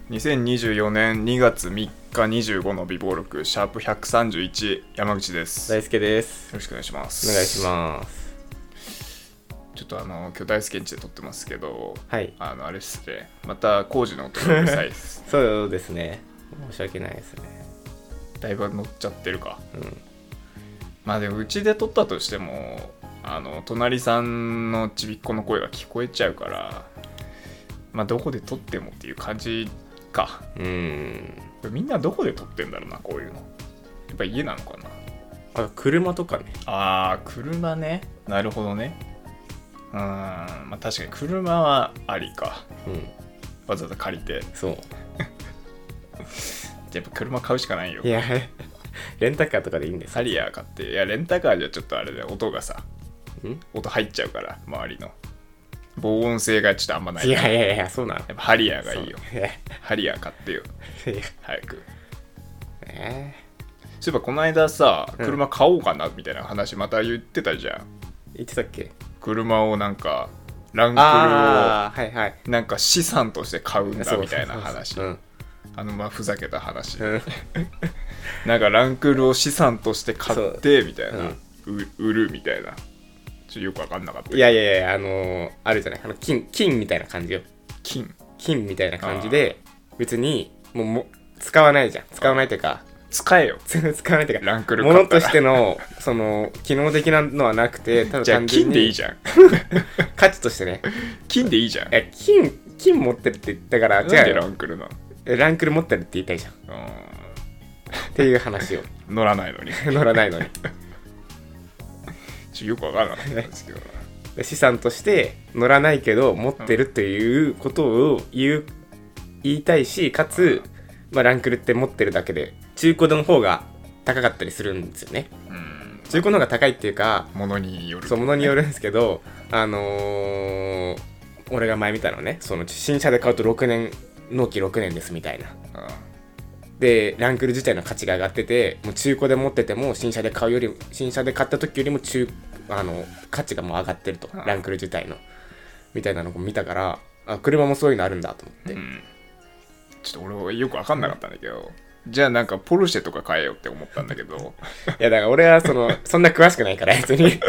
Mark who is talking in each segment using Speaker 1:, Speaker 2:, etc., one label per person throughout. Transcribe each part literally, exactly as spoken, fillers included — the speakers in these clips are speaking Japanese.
Speaker 1: にせんにじゅうよねんにがつみっかにじゅうごの備忘録シャープひゃくさんじゅういち山口です。
Speaker 2: 大輔です。
Speaker 1: よろしくお願いします。
Speaker 2: お願いします。
Speaker 1: ちょっとあの今日大輔んちで撮ってますけど、
Speaker 2: はい。
Speaker 1: あのあれっすね、また工事の音がうるさいです。
Speaker 2: そうですね。申し訳ないですね。
Speaker 1: だいぶ乗っちゃってるか。
Speaker 2: うん。
Speaker 1: まあでもうちで撮ったとしても、あの隣さんのちびっこの声が聞こえちゃうから、まあどこで撮ってもっていう感じか。
Speaker 2: うーん。
Speaker 1: みんなどこで撮ってんだろうな、こういうの。やっぱ家なのかな。
Speaker 2: あ、車とかね。
Speaker 1: あー、車ね。なるほどね。うーん、まあ確かに車はありか。
Speaker 2: うん。
Speaker 1: わざわざ借りて。
Speaker 2: そう。
Speaker 1: やっぱ車買うしかないよ。
Speaker 2: いや、レンタカーとかでいいんです
Speaker 1: ハリアー買って。いや、レンタカーじゃちょっとあれだよ。音がさ、
Speaker 2: ん
Speaker 1: 音入っちゃうから、周りの。防音性がちょっとあんまない。
Speaker 2: いやいやいや、そうなの。
Speaker 1: やっぱハリアーがいいよ。
Speaker 2: いや
Speaker 1: ハリアー買ってよ。
Speaker 2: いや
Speaker 1: 早く。
Speaker 2: え
Speaker 1: そういえばこの間さ、
Speaker 2: うん
Speaker 1: 車買おうかなみたいな話また言ってたじゃん。
Speaker 2: ー、言ってたっけ？
Speaker 1: 車をなんか、ランクルを
Speaker 2: ああ、はいはい。
Speaker 1: なんか資産として買うんだ
Speaker 2: そう
Speaker 1: みたいな話。
Speaker 2: そうそうそう
Speaker 1: あのまあふざけた話。
Speaker 2: うん。
Speaker 1: なんかランクルを資産として買ってみたいな、
Speaker 2: うん、
Speaker 1: う売るみたいな。ちょっとよく分かんなかったけど。
Speaker 2: いやいやいや、あのー、あるじゃない。あの金、金みたいな感じよ。
Speaker 1: 金
Speaker 2: 金みたいな感じで、別にもうも使わないじゃん。使わないというか、
Speaker 1: 使えよ。
Speaker 2: 使わないというか、
Speaker 1: ランクル買ったら
Speaker 2: 物としてのその機能的なのはなくて、ただ
Speaker 1: じゃあ
Speaker 2: 単純に
Speaker 1: 金でいいじゃん。
Speaker 2: 価値としてね。
Speaker 1: 金でいいじゃん。
Speaker 2: え、金金持ってるって言ったから、
Speaker 1: なんで
Speaker 2: 違うよ。
Speaker 1: ランクルなの？
Speaker 2: えランクル持ってるって言いたいじゃん。っ
Speaker 1: う
Speaker 2: ていう話を。
Speaker 1: ん、乗らないのに。
Speaker 2: 乗らないのに。
Speaker 1: ちょよく分からなかったんですけど。
Speaker 2: で資産として乗らないけど持ってるっていうことを言う言いたいし、かつ、まあ、ランクルって持ってるだけで中古の方が高かったりするんですよね。
Speaker 1: うん、
Speaker 2: 中古の方が高いっていうか、
Speaker 1: 物による、ね。
Speaker 2: そう、物によるんですけど、あのー、俺が前見たのね、その新車で買うとろくねん、納期ろくねんですみたいな。で、ランクル自体の価値が上がってて、もう中古で持ってても新車で買うより、新車で買った時よりも中あの価値がもう上がってると、ランクル自体のみたいなのを見たから、あ、車もそういうのあるんだと思って、うん、
Speaker 1: ちょっと俺はよく分かんなかったんだけど、じゃあなんかポルシェとか買えよって思ったんだけど
Speaker 2: いやだから俺はそのそんな詳しくないから別に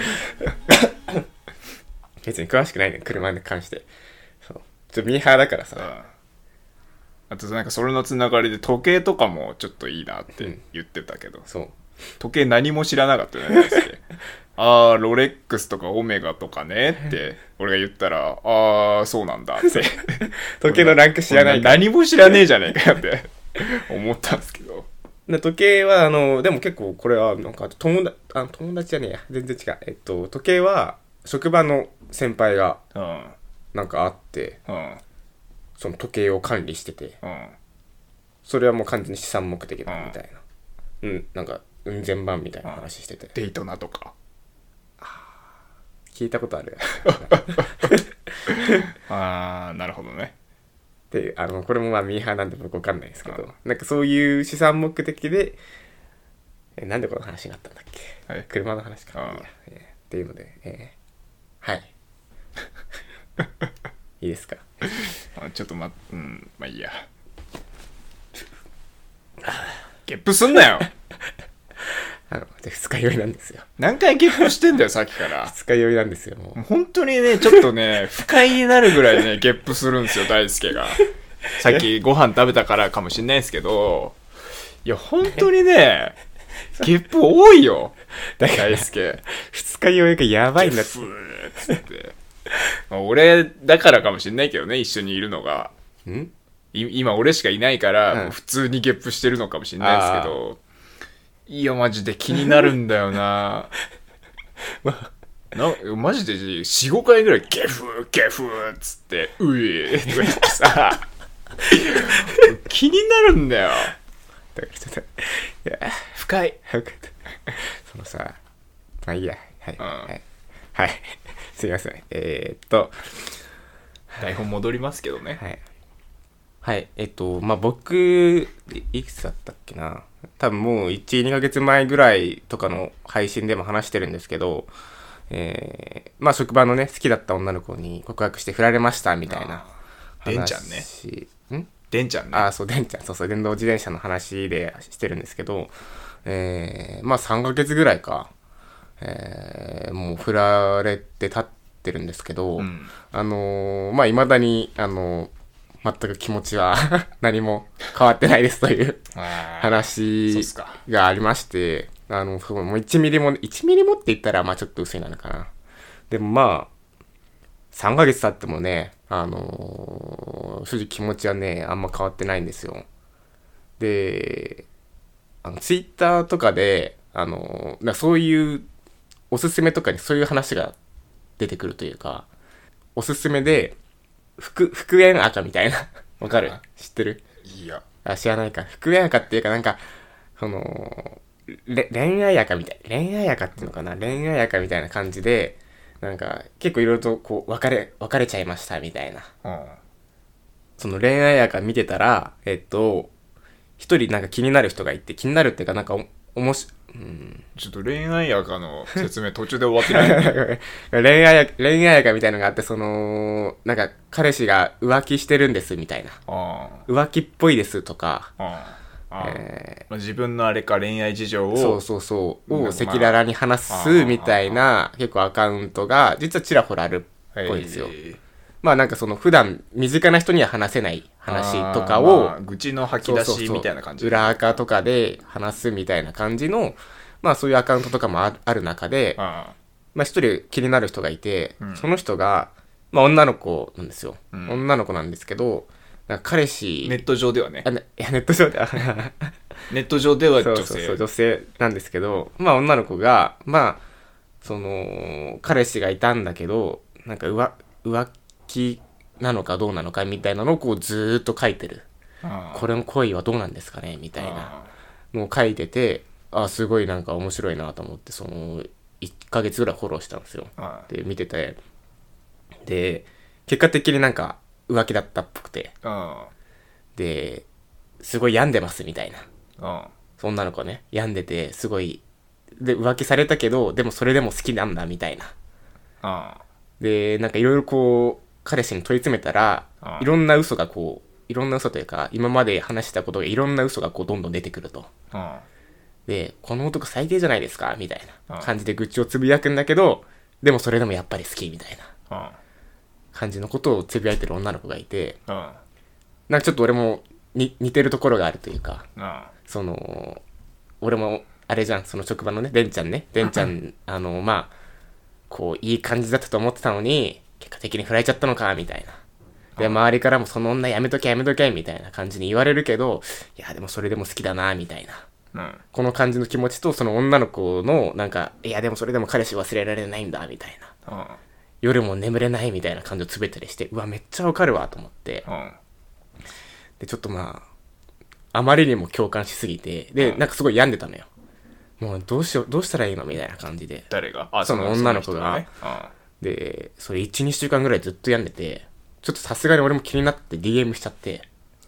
Speaker 2: 別に詳しくないね、車に関して。そう、ちょっとミーハーだからさ。
Speaker 1: あ, あとなんかそれのつながりで時計とかもちょっといいなって言ってたけど、うん、
Speaker 2: そう
Speaker 1: 時計何も知らなかったよねあーロレックスとかオメガとかねって俺が言ったら、あーそうなんだって
Speaker 2: 時計のランク知らない
Speaker 1: から何も知らねえじゃねえかよって思ったんですけど、
Speaker 2: で時計はあのでも結構これはなんか友達あ友達じゃねえや、全然違う。えっと時計は職場の先輩がなんかあって、うんうん、その時計を管理してて、うん、それはもう完全に資産目的だみたいな、うん、うん、なんかうん千万みたいな話してて、
Speaker 1: デイトナとか
Speaker 2: 聞いたことある
Speaker 1: あーなるほどね。
Speaker 2: で、あのこれもまあミーハーなんで僕わかんないですけど、なんかそういう資産目的で、えなんでこの話があったんだっけ、はい、車の話か、いいや、えー、っていうので、えー、はいいいですか
Speaker 1: ちょっとまうんまあいいやゲップすんなよ
Speaker 2: あので二日酔いなんですよ。
Speaker 1: 何回ゲップしてんだよさっきから。
Speaker 2: 二日酔いなんですよ。もう
Speaker 1: 本当にねちょっとね不快になるぐらいねゲップするんですよ大輔が。さっきご飯食べたからかもしんないですけど、いや本当にねゲップ多いよ大輔。
Speaker 2: 二日酔いがやばいんだって。
Speaker 1: ゲップつってまあ俺だからかもしんないけどね、一緒にいるのがん今俺しかいないから、うん、普通にゲップしてるのかもしんないですけど、いやマジで気になるんだよななマジで よん,ご 回ぐらいゲフゲフっつってうえーとか言ってさ気になるんだよ。
Speaker 2: だからちょっといや
Speaker 1: 深い
Speaker 2: そのさ、まあいいや、はい、
Speaker 1: うん、
Speaker 2: はいはいすいません。えー、っと
Speaker 1: 台本戻りますけどね。
Speaker 2: はいはい、えっとまあ僕いくつだったっけな、多分もういち、にかげつまえぐらいとかの配信でも話してるんですけど、えー、まあ職場のね好きだった女の子に告白して振られましたみたいな話。
Speaker 1: デンちゃんね。
Speaker 2: ん
Speaker 1: でんちゃんね。
Speaker 2: あ、そう、でんちゃん、そうそう、電動自転車の話でしてるんですけど、えー、まあさんかげつぐらいか、えー、もう振られて立ってるんですけど、うん、あのー、まあ未だに、あのー、全く気持ちは何も変わってないですという話がありまして、あの、もういちミリも、いちミリもって言ったら、まあちょっと薄いなのかな。でもまあ、さんかげつ経ってもね、あのー、正直気持ちはね、あんま変わってないんですよ。で、あのツイッターとかで、あのー、そういうおすすめとかにそういう話が出てくるというか、おすすめで、復、復縁赤みたいな。わかる？知ってる？
Speaker 1: いや。
Speaker 2: あ、知らないか。復縁赤っていうかなんか、その、恋愛赤みたい。恋愛赤っていうのかな、恋愛赤みたいな感じで、なんか、結構いろいろとこう、別れ、別れちゃいましたみたいな。うん、その恋愛赤見てたら、えっと、一人なんか気になる人がいて、気になるっていうかなんかお、おもし、
Speaker 1: うん、ちょっと恋愛赤の説明途中で終わってない、
Speaker 2: ね、恋愛恋愛赤みたいのがあって、そのなんか彼氏が浮気してるんですみたいな、あ浮気っぽいですとか、あ
Speaker 1: あ、えーまあ、自分のあれか恋愛事情を
Speaker 2: そうそうそうを赤裸々に話すみたいな結構アカウントが実はちらほらあるっぽいんですよ。まあなんかその普段身近な人には話せない話とかを、まあ、
Speaker 1: 愚痴の吐き出しみたいな感じ、
Speaker 2: 裏垢とかで話すみたいな感じの、まあそういうアカウントとかもある中で、あまあ一人気になる人がいて、うん、その人が、まあ女の子なんですよ。うん、女の子なんですけど、なんか彼氏。
Speaker 1: ネット上ではね。
Speaker 2: あねいやネット上では。
Speaker 1: ネット上では女性。
Speaker 2: そうそうそう、女性なんですけど、まあ女の子が、まあ、その、彼氏がいたんだけど、なんか浮、浮気なのかどうなのかみたいなのをこうずーっと書いてる。これの恋はどうなんですかねみたいなのを書いてて、あ、すごいなんか面白いなと思って、その、いっかげつぐらいフォローしたんですよ。で、見てて。で、結果的になんか浮気だったっぽくて。で、すごい病んでますみたいな。そんなの子ね、病んでて、すごい、で、浮気されたけど、でもそれでも好きなんだみたいな。で、なんかいろいろこう、彼氏に問い詰めたら、いろんな嘘がこう、いろんな嘘というか、今まで話したことがいろんな嘘がこう、どんどん出てくると。で、この男最低じゃないですかみたいな感じで愚痴をつぶやくんだけど、でもそれでもやっぱり好きみたいな感じのことをつぶやいてる女の子がいて、なんかちょっと俺もに似てるところがあるというか、その、俺もあれじゃん、その職場のね、でんちゃんね、でんちゃん、あの、まあ、こう、いい感じだったと思ってたのに、結果的に振られちゃったのか、みたいな。で、周りからもその女やめとけやめとけ、みたいな感じに言われるけど、いや、でもそれでも好きだな、みたいな。うん、この感じの気持ちと、その女の子の、なんか、いや、でもそれでも彼氏忘れられないんだ、みたいな。うん、夜も眠れない、みたいな感じをつべたりして、うわ、めっちゃわかるわ、と思って。うん、で、ちょっとまあ、あまりにも共感しすぎて、で、なんかすごい病んでたのよ。もう、どうしよう、どうしたらいいのみたいな感じで。
Speaker 1: 誰が？
Speaker 2: あ、その女の子が。ね、で、それいち、にしゅうかんぐらいずっと病んでて、ちょっとさすがに俺も気になって ディーエム しちゃって。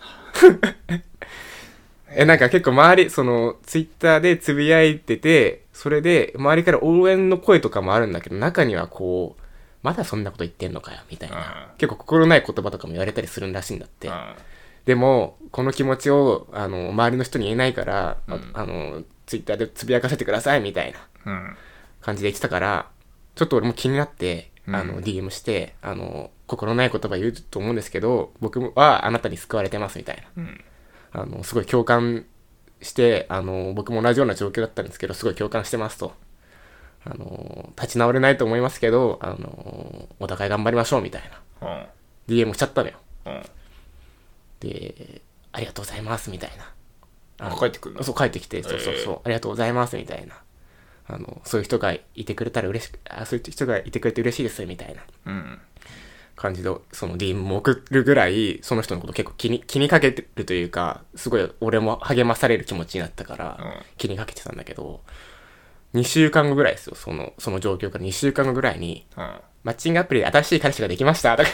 Speaker 2: え、なんか結構周り、その、ツイッターでつぶやいてて、それで、周りから応援の声とかもあるんだけど、中にはこう、まだそんなこと言ってんのかよ、みたいな。結構心ない言葉とかも言われたりするらしいんだって。でも、この気持ちを、あの、周りの人に言えないから、うん、あの、ツイッターでつぶやかせてください、みたいな感じで言ってたから、ちょっと俺も気になって、あの、うん、ディーエム して、あの、心ない言葉言うと思うんですけど、僕はあなたに救われてます、みたいな。うんあの、すごい共感して、あの、僕も同じような状況だったんですけど、すごい共感してますと。あの、立ち直れないと思いますけど、あの、お互い頑張りましょうみたいな。うん、ディーエム しちゃったのよ。うん、で、ありがとうございますみたい
Speaker 1: な。あ、帰ってくるの？
Speaker 2: そう、帰ってきて、そうそうそう、えー、ありがとうございますみたいな。あの、そういう人がいてくれたら嬉しく、あ、そういう人がいてくれて嬉しいですみたいな。うん感じで、その ディーエム も送るぐらい、その人のこと結構気に、気にかけてるというか、すごい俺も励まされる気持ちになったから、気にかけてたんだけど、にしゅうかんごぐらいですよ、その、その状況からにしゅうかんごぐらいに、うん、マッチングアプリで新しい彼氏ができました、とか、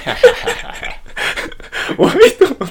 Speaker 2: おいと思って。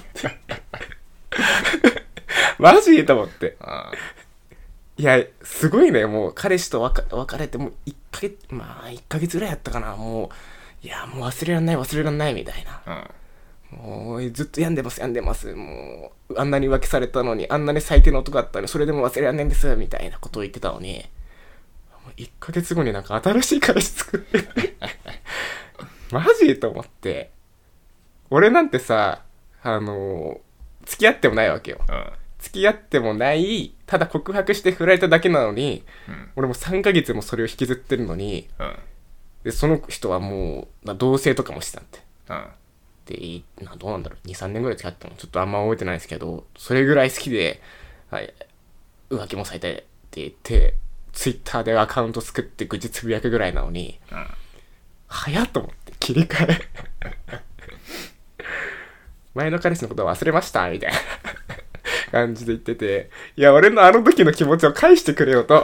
Speaker 2: マジと思って。いや、すごいね、もう彼氏と別れてもういっかげつ、まあいっかげつぐらいやったかな、もう、いや、もう忘れらんない忘れらんないみたいな。 おいずっと病んでます病んでますもうあんなに浮気されたのにあんなに最低の男だったのにそれでも忘れられないんですみたいなことを言ってたのにいっかげつごになんか新しい彼氏作ってマジと思って俺なんてさあの付き合ってもないわけよ、うん、付き合ってもないただ告白して振られただけなのに、うん、俺もさんかげつもそれを引きずってるのに、うん、でその人はもう同棲とかもしてたんで、うんでなどうなんだろうにさんねんぐらい付き合ったのちょっとあんま覚えてないですけどそれぐらい好きで、はい、浮気もされてって言ってツイッターでアカウント作って愚痴つぶやくぐらいなのに、うん、早っと思って切り替え前の彼氏のことは忘れましたみたいな感じで言ってていや俺のあの時の気持ちを返してくれよと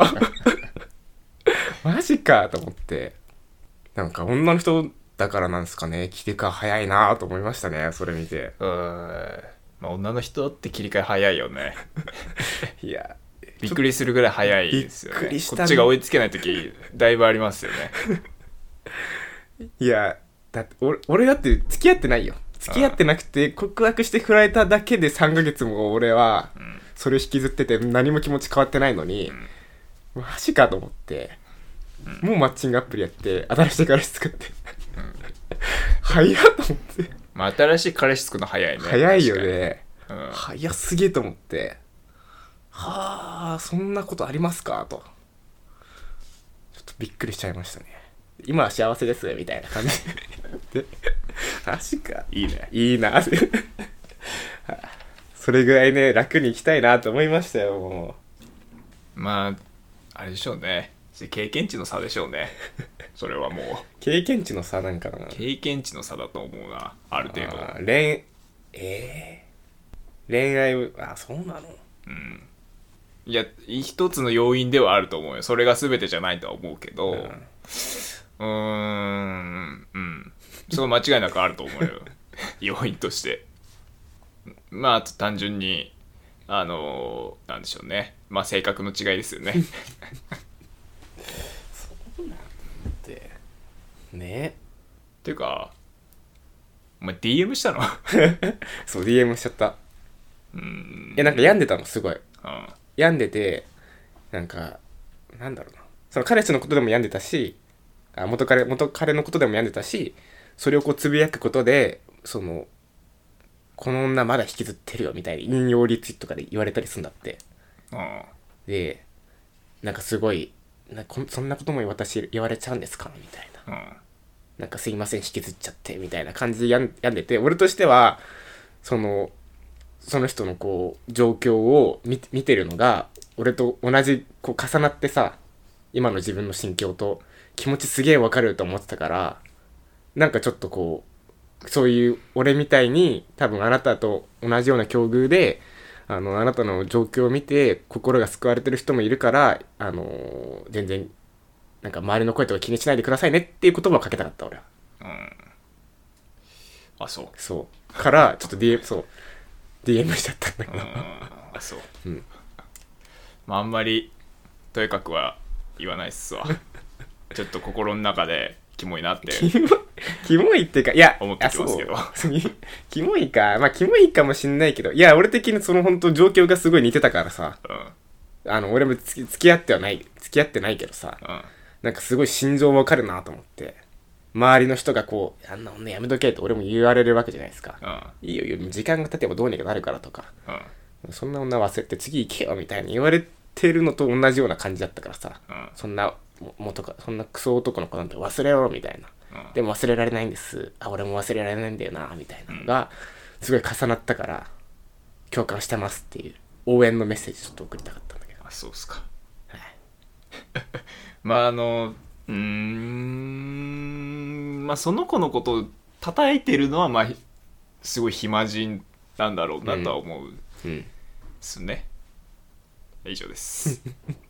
Speaker 2: マジかと思ってなんか女の人だからなんですかね切り替え早いなと思いましたねそれ見て
Speaker 1: うーん、まあ、女の人って切り替え早いよね
Speaker 2: いや
Speaker 1: びっくりするぐらい早いですよね。
Speaker 2: びっくりした、ね、
Speaker 1: こっちが追いつけない時だいぶありますよね
Speaker 2: いやだって俺、俺だって付き合ってないよ付き合ってなくて告白して振られただけでさんかげつも俺はそれを引きずってて何も気持ち変わってないのに、うん、マジかと思って、うん、もうマッチングアプリやって新しい彼氏作って早っと思って、
Speaker 1: まあ、新しい彼氏作るの早いね
Speaker 2: 早いよね、うん、早すげえと思ってはあそんなことありますかとちょっとびっくりしちゃいましたね今は幸せですみたいな感じでマジか
Speaker 1: いいね
Speaker 2: いいなそれぐらいね楽に生きたいなと思いましたよも
Speaker 1: うまああれでしょうね経験値の差でしょうねそれはもう
Speaker 2: 経験値の差なんかな
Speaker 1: 経験値の差だと思うなある程度
Speaker 2: あ恋えー、恋愛あそうなの
Speaker 1: うんいや一つの要因ではあると思うよそれが全てじゃないとは思うけど、うん、うーんうんその間違いなくあると思うよ要因としてまああと単純にあのー、なんでしょうねまあ性格の違いですよね
Speaker 2: そうなんてね
Speaker 1: っていうかお前 ディーエム したの
Speaker 2: そう ディーエム しちゃったうんいやなんか病んでたのすごい、うん、病んでてなんかなんだろうなその彼氏のことでも病んでたしあ元彼元彼のことでも病んでたしそれをこうつぶやくことでそのこの女まだ引きずってるよみたいに引用リツイートとかで言われたりするんだって、うん、でなんかすごいなこそんなことも私言われちゃうんですかみたいな、うん、なんかすいません引きずっちゃってみたいな感じで病ん、病んでて俺としてはそのその人のこう状況を 見, 見てるのが俺と同じこう重なってさ今の自分の心境と気持ちすげえわかると思ってたからなんかちょっとこうそういう俺みたいに多分あなたと同じような境遇であのあなたの状況を見て心が救われてる人もいるからあのー、全然なんか周りの声とか気にしないでくださいねっていう言葉をかけたかった俺は。うん。
Speaker 1: あそう。
Speaker 2: そうからちょっと ディーエム そう ディーエム しちゃったんだけど。
Speaker 1: あそう。うん。まああんまりとにかくは言わないっすわ。ちょっと心の中でキモいなって
Speaker 2: キモキモいっていうかいや
Speaker 1: 思ってきますけど
Speaker 2: キモいかまあキモいかもしんないけどいや俺的にその本当状況がすごい似てたからさ、うん、あの俺もつき付き合ってはない付き合ってないけどさ、うん、なんかすごい心情わかるなと思って周りの人がこうあんな女やめとけって俺も言われるわけじゃないですか、うん、いいよいいよ時間が経てばどうにかなるからとか、うん、そんな女忘れて次行けよみたいに言われてるのと同じような感じだったからさ、うん、そんなもとかそんなクソ男の子なんて忘れろみたいな、うん、でも忘れられないんですあ俺も忘れられないんだよなみたいなのがすごい重なったから共感してますっていう応援のメッセージちょっと送りたかったんだけど
Speaker 1: あそうっすか、はい、まああのうーんまあその子のことを叩いてるのはまあすごい暇人なんだろうなとは思う、うんうん、ですね以上です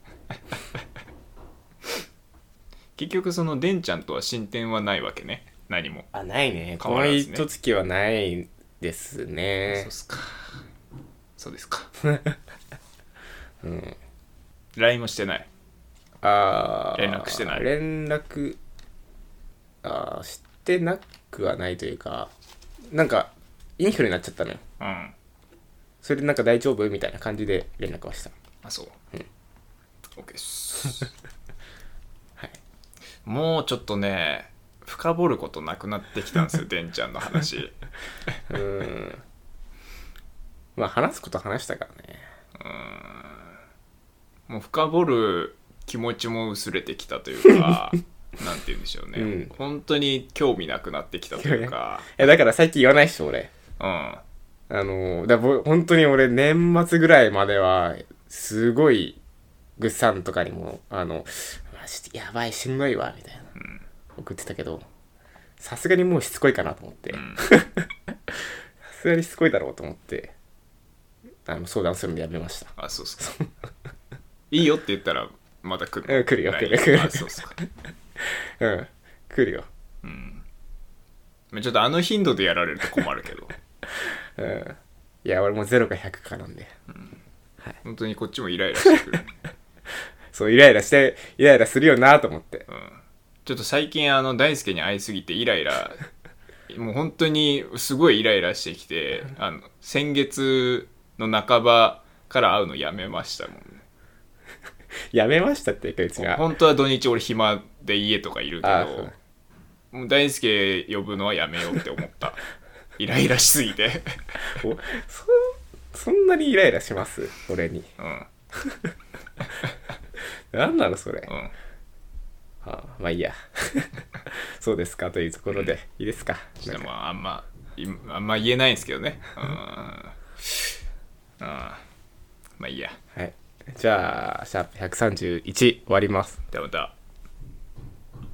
Speaker 1: 結局そのデンちゃんとは進展はないわけね何も
Speaker 2: あないねこのひと月はないですね
Speaker 1: そうっすかそうですか
Speaker 2: うん
Speaker 1: ライン もしてない
Speaker 2: あ
Speaker 1: 連絡してない
Speaker 2: 連絡あしてなくはないというかなんかインフルになっちゃったのよ。
Speaker 1: うん。
Speaker 2: それでなんか大丈夫みたいな感じで連絡はした。
Speaker 1: あ、そう。
Speaker 2: うん。
Speaker 1: OK っす。
Speaker 2: はい。
Speaker 1: もうちょっとね、深掘ることなくなってきたんですよ、でんちゃんの話。
Speaker 2: うーん。まあ話すこと話したからね。
Speaker 1: うーん。もう深掘る気持ちも薄れてきたというか、なんて言うんでしょうね、うん。本当に興味なくなってきたというか。
Speaker 2: いやだから最近言わないっしょ、俺。
Speaker 1: うん。
Speaker 2: あの、だ本当に俺年末ぐらいまでは、すごい、グッさんとかにも、あの、やばい、しんどいわ、みたいな、うん、送ってたけど、さすがにもうしつこいかなと思って。うん、さすがにしつこいだろうと思って、あの相談するのやめました。
Speaker 1: あ、そうっすか。いいよって言ったら、また来る。
Speaker 2: うん、来るよ、来るよ、来る。
Speaker 1: あ、そうっすか。
Speaker 2: うん、来るよ。
Speaker 1: うん。ちょっとあの頻度でやられると困るけど。
Speaker 2: うん。いや、俺もゼロかひゃくかなんで。うん。
Speaker 1: はい。本当にこっちもイライラしてくる。
Speaker 2: そう、イライラして、イライラするよなと思って。
Speaker 1: うん。ちょっと最近、あの、大輔に会いすぎてイライラ、もう本当にすごいイライラしてきて、あの、先月の半ばから会うのやめましたもんね。
Speaker 2: やめましたっていうか、うちが。
Speaker 1: 本当は土日俺暇で家とかいるけど、もう大輔呼ぶのはやめようって思った。イライラしすぎて。
Speaker 2: おそそんなにイライラします俺に。
Speaker 1: うん。
Speaker 2: なんなのそれ。
Speaker 1: うん。は
Speaker 2: あ、まあいいや。そうですかというところで、うん、いいですか。
Speaker 1: でもあんまあんま言えないんですけどね。うん。ああ、まあいいや。
Speaker 2: はい。じゃあシャープひゃくさんじゅういち終わります。
Speaker 1: ではまた。